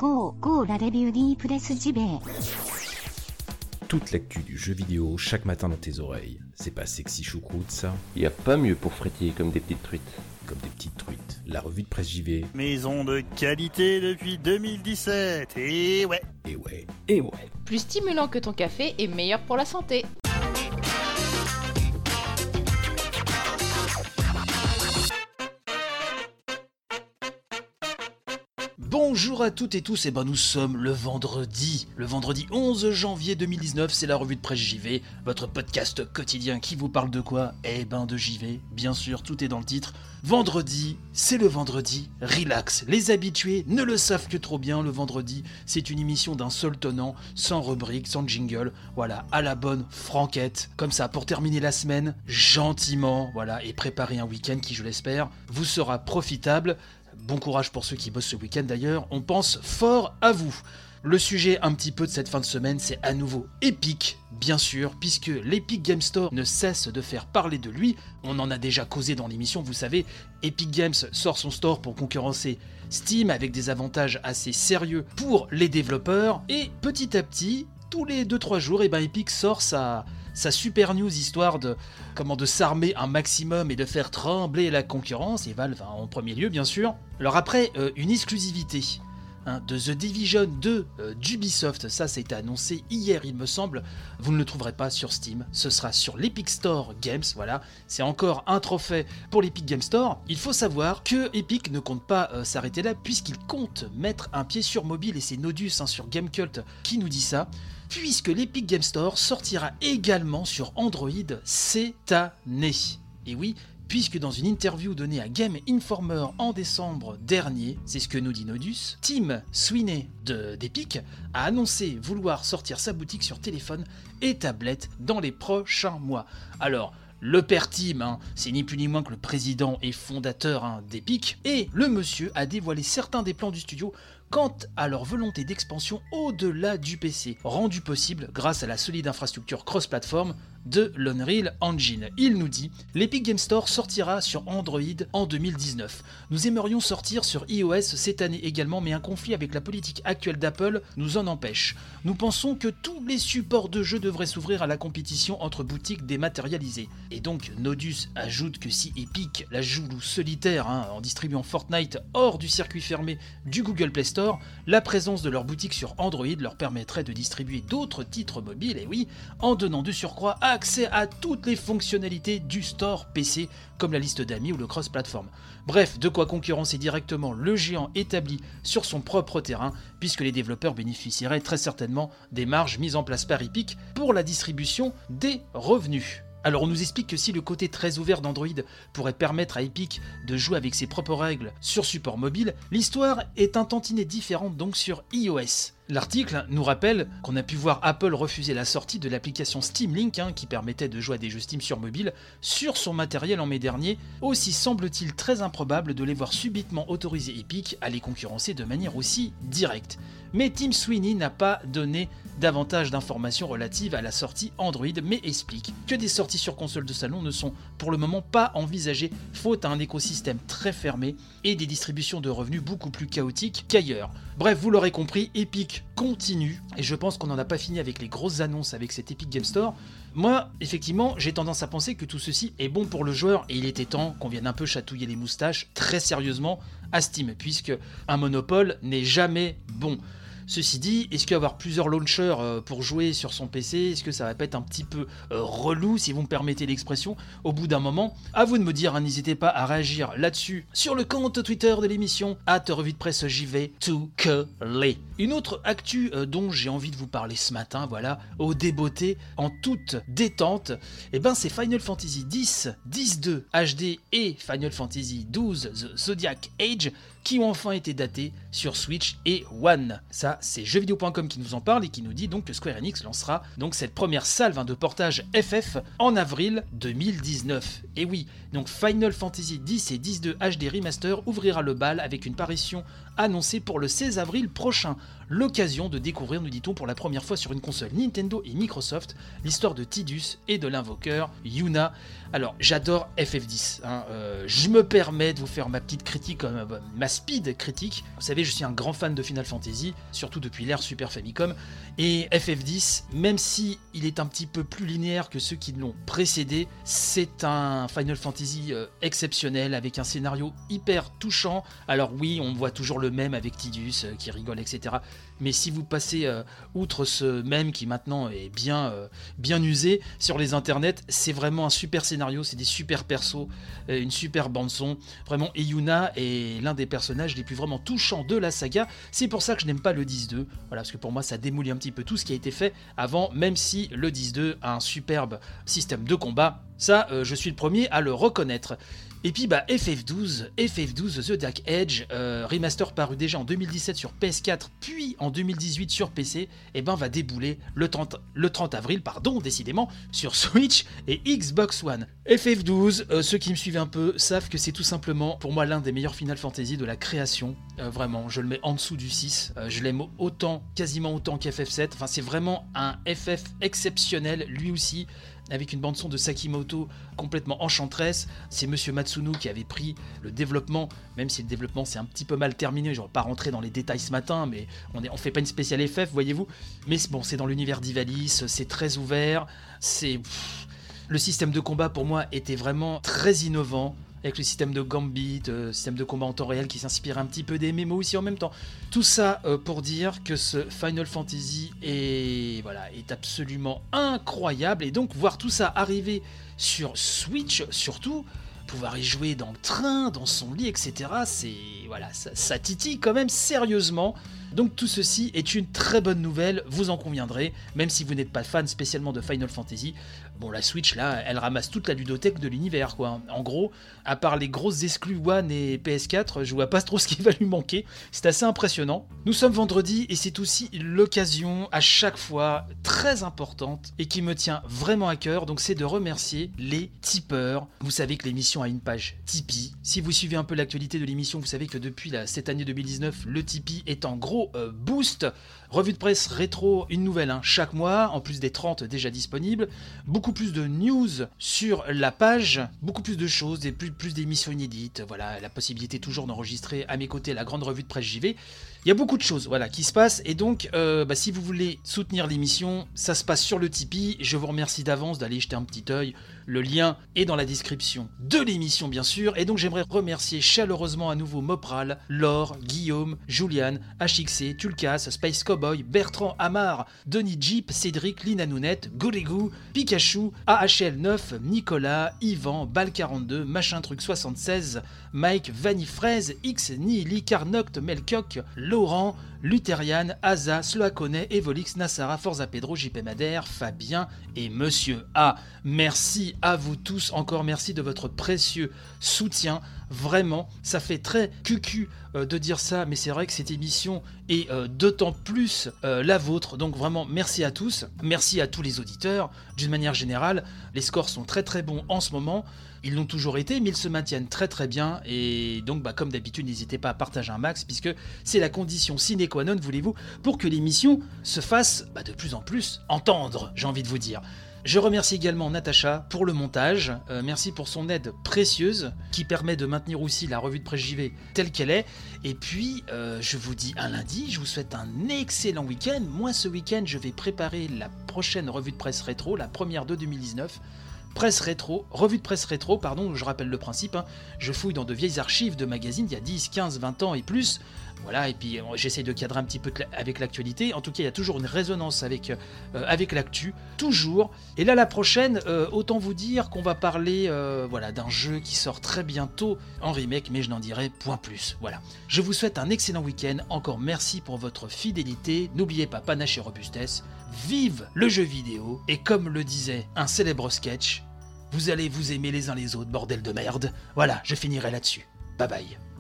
la review di Presse JV. Toute l'actu du jeu vidéo chaque matin dans tes oreilles. C'est pas sexy choucroute ça? Y a pas mieux pour frétiller comme des petites truites. Comme des petites truites. La revue de Presse JV. Maison de qualité depuis 2017. Et ouais. Et ouais. Et ouais. Plus stimulant que ton café et meilleur pour la santé. Bonjour à toutes et tous, nous sommes le vendredi 11 janvier 2019, c'est la revue de Presse JV, votre podcast quotidien qui vous parle de quoi? De JV, bien sûr, tout est dans le titre. Vendredi, c'est le vendredi, relax, les habitués ne le savent que trop bien, le vendredi, c'est une émission d'un seul tenant, sans rubrique, sans jingle, voilà, à la bonne franquette, comme ça, pour terminer la semaine, gentiment, voilà, et préparer un week-end qui, je l'espère, vous sera profitable. Bon courage pour ceux qui bossent ce week-end d'ailleurs, on pense fort à vous. Le sujet un petit peu de cette fin de semaine, c'est à nouveau Epic, bien sûr, puisque l'Epic Games Store ne cesse de faire parler de lui. On en a déjà causé dans l'émission, vous savez, Epic Games sort son store pour concurrencer Steam avec des avantages assez sérieux pour les développeurs. Et petit à petit, tous les 2-3 jours, Epic sort sa super news histoire de s'armer un maximum et de faire trembler la concurrence, et Valve en premier lieu bien sûr. Alors après, une exclusivité de The Division 2 d'Ubisoft, ça a été annoncé hier il me semble, vous ne le trouverez pas sur Steam, ce sera sur l'Epic Store Games, voilà, c'est encore un trophée pour l'Epic Games Store. Il faut savoir que Epic ne compte pas s'arrêter là, puisqu'il compte mettre un pied sur mobile, et c'est Nodus sur Gamecult qui nous dit ça, puisque l'Epic Games Store sortira également sur Android cette année. Et oui, puisque dans une interview donnée à Game Informer en décembre dernier, c'est ce que nous dit Nodus, Tim Sweeney d'Epic a annoncé vouloir sortir sa boutique sur téléphone et tablette dans les prochains mois. Alors, le père Tim, c'est ni plus ni moins que le président et fondateur d'Epic, et le monsieur a dévoilé certains des plans du studio quant à leur volonté d'expansion au-delà du PC, rendu possible grâce à la solide infrastructure cross-platform de l'Unreal Engine. Il nous dit « L'Epic Games Store sortira sur Android en 2019. Nous aimerions sortir sur iOS cette année également, mais un conflit avec la politique actuelle d'Apple nous en empêche. Nous pensons que tous les supports de jeux devraient s'ouvrir à la compétition entre boutiques dématérialisées. » Et donc Nodus ajoute que si Epic la joue solitaire en distribuant Fortnite hors du circuit fermé du Google Play Store, la présence de leur boutique sur Android leur permettrait de distribuer d'autres titres mobiles, et oui, en donnant de surcroît accès à toutes les fonctionnalités du store PC, comme la liste d'amis ou le cross-platform. Bref, de quoi concurrencer directement le géant établi sur son propre terrain, puisque les développeurs bénéficieraient très certainement des marges mises en place par Epic pour la distribution des revenus. Alors on nous explique que si le côté très ouvert d'Android pourrait permettre à Epic de jouer avec ses propres règles sur support mobile, l'histoire est un tantinet différente donc sur iOS. L'article nous rappelle qu'on a pu voir Apple refuser la sortie de l'application Steam Link qui permettait de jouer à des jeux Steam sur mobile sur son matériel en mai dernier. Aussi semble-t-il très improbable de les voir subitement autoriser Epic à les concurrencer de manière aussi directe. Mais Tim Sweeney n'a pas donné davantage d'informations relatives à la sortie Android, mais explique que des sorties sur console de salon ne sont pour le moment pas envisagées, faute à un écosystème très fermé et des distributions de revenus beaucoup plus chaotiques qu'ailleurs. Bref, vous l'aurez compris, Epic continue, et je pense qu'on n'en a pas fini avec les grosses annonces avec cet Epic Games Store. Moi, effectivement, j'ai tendance à penser que tout ceci est bon pour le joueur, et il était temps qu'on vienne un peu chatouiller les moustaches très sérieusement à Steam, puisque un monopole n'est jamais bon. Ceci dit, est-ce qu'avoir plusieurs launchers pour jouer sur son PC, est-ce que ça va pas être un petit peu relou, si vous me permettez l'expression, au bout d'un moment? À vous de me dire, n'hésitez pas à réagir là-dessus sur le compte Twitter de l'émission, @revue de presse JV, tout collé. Une autre actu dont j'ai envie de vous parler ce matin, voilà, au débeauté, en toute détente, c'est Final Fantasy X, X-2 HD et Final Fantasy XII The Zodiac Age qui ont enfin été datés sur Switch et One. Ça, c'est jeuxvideo.com qui nous en parle et qui nous dit donc que Square Enix lancera donc cette première salve de portage FF en avril 2019. Et oui, donc Final Fantasy X et X-2 HD Remaster ouvrira le bal avec une parution annoncée pour le 16 avril prochain. L'occasion de découvrir, nous dit-on, pour la première fois sur une console Nintendo et Microsoft, l'histoire de Tidus et de l'invoqueur Yuna. Alors, j'adore FF10, je me permets de vous faire ma petite critique, ma speed critique. Vous savez, je suis un grand fan de Final Fantasy, surtout depuis l'ère Super Famicom, et FF10, même si il est un petit peu plus linéaire que ceux qui l'ont précédé, c'est un Final Fantasy exceptionnel, avec un scénario hyper touchant. Alors oui, on voit toujours le mème avec Tidus qui rigole, etc. Mais si vous passez outre ce mème qui maintenant est bien usé sur les internets, c'est vraiment un super scénario, c'est des super persos, une super bande son. Vraiment, Yuna est l'un des personnages les plus vraiment touchants de la saga. C'est pour ça que je n'aime pas le 10-2, voilà, parce que pour moi ça démolit un petit peu tout ce qui a été fait avant, même si le 10-2 a un superbe système de combat. Ça, je suis le premier à le reconnaître. Et puis FF12 The Dark Edge, remaster paru déjà en 2017 sur PS4, puis en 2018 sur PC, va débouler le 30 avril, décidément, sur Switch et Xbox One. FF12, ceux qui me suivent un peu savent que c'est tout simplement pour moi l'un des meilleurs Final Fantasy de la création. Vraiment, je le mets en dessous du 6. Je l'aime quasiment autant qu'FF7. Enfin, c'est vraiment un FF exceptionnel, lui aussi, avec une bande-son de Sakimoto complètement enchanteresse. C'est Monsieur Matsuno qui avait pris le développement, même si le développement c'est un petit peu mal terminé. Je ne vais pas rentrer dans les détails ce matin, mais on fait pas une spéciale FF, voyez-vous. Mais bon, c'est dans l'univers d'Ivalice, c'est très ouvert, le système de combat pour moi était vraiment très innovant, avec le système de Gambit, système de combat en temps réel qui s'inspire un petit peu des MMO aussi en même temps. Tout ça pour dire que ce Final Fantasy est absolument incroyable, et donc voir tout ça arriver sur Switch surtout, pouvoir y jouer dans le train, dans son lit, etc. Ça titille quand même sérieusement. Donc tout ceci est une très bonne nouvelle, vous en conviendrez, même si vous n'êtes pas fan spécialement de Final Fantasy. Bon, la Switch là, elle ramasse toute la ludothèque de l'univers quoi. En gros, à part les grosses exclus One et PS4, je vois pas trop ce qui va lui manquer. C'est assez impressionnant. Nous sommes vendredi et c'est aussi l'occasion à chaque fois très importante et qui me tient vraiment à cœur, donc c'est de remercier les tipeurs. Vous savez que l'émission a une page Tipeee. Si vous suivez un peu l'actualité de l'émission, vous savez que depuis cette année 2019, le Tipeee est en gros boost. Revue de presse rétro, une nouvelle chaque mois, en plus des 30 déjà disponibles. Beaucoup plus de news sur la page, beaucoup plus de choses, plus d'émissions inédites. Voilà, la possibilité toujours d'enregistrer à mes côtés la grande revue de presse JV. Il y a beaucoup de choses qui se passent, et donc si vous voulez soutenir l'émission, ça se passe sur le Tipeee. Je vous remercie d'avance d'aller jeter un petit œil. Le lien est dans la description de l'émission bien sûr, et donc j'aimerais remercier chaleureusement à nouveau Mopral, Laure, Guillaume, Juliane, HXC, Tulkas, Space Cowboy, Bertrand Amar, Denis Jeep, Cédric, Lina Nounette, Golegou, Pikachu, AHL9, Nicolas, Yvan, Bal42, Machin Truc 76, Mike, Vanifraise, X, Nihili, Carnoct, Melcock, Laurent, Lutherian, Asa, Sloaconet, Evolix, Nassara, Forza Pedro, JP Madère, Fabien et Monsieur A. Merci à vous tous, encore merci de votre précieux soutien. Vraiment, ça fait très cucu de dire ça, mais c'est vrai que cette émission est d'autant plus la vôtre. Donc vraiment, merci à tous. Merci à tous les auditeurs. D'une manière générale, les scores sont très très bons en ce moment. Ils l'ont toujours été, mais ils se maintiennent très très bien. Et donc, comme d'habitude, n'hésitez pas à partager un max, puisque c'est la condition sine qua non, voulez-vous, pour que l'émission se fasse de plus en plus entendre, j'ai envie de vous dire. Je remercie également Natacha pour le montage, merci pour son aide précieuse qui permet de maintenir aussi la revue de presse JV telle qu'elle est. Et puis je vous dis à lundi, je vous souhaite un excellent week-end. Moi ce week-end je vais préparer la prochaine revue de presse rétro, la première de 2019. Revue de presse rétro, je rappelle le principe, je fouille dans de vieilles archives de magazines d'il y a 10, 15, 20 ans et plus, voilà, et puis j'essaie de cadrer un petit peu avec l'actualité. En tout cas, il y a toujours une résonance avec l'actu, toujours. Et là, la prochaine, autant vous dire qu'on va parler d'un jeu qui sort très bientôt en remake, mais je n'en dirai point plus. Voilà. Je vous souhaite un excellent week-end, encore merci pour votre fidélité, n'oubliez pas panache et robustesse, vive le jeu vidéo, et comme le disait un célèbre sketch, vous allez vous aimer les uns les autres, bordel de merde. Voilà, je finirai là-dessus. Bye bye.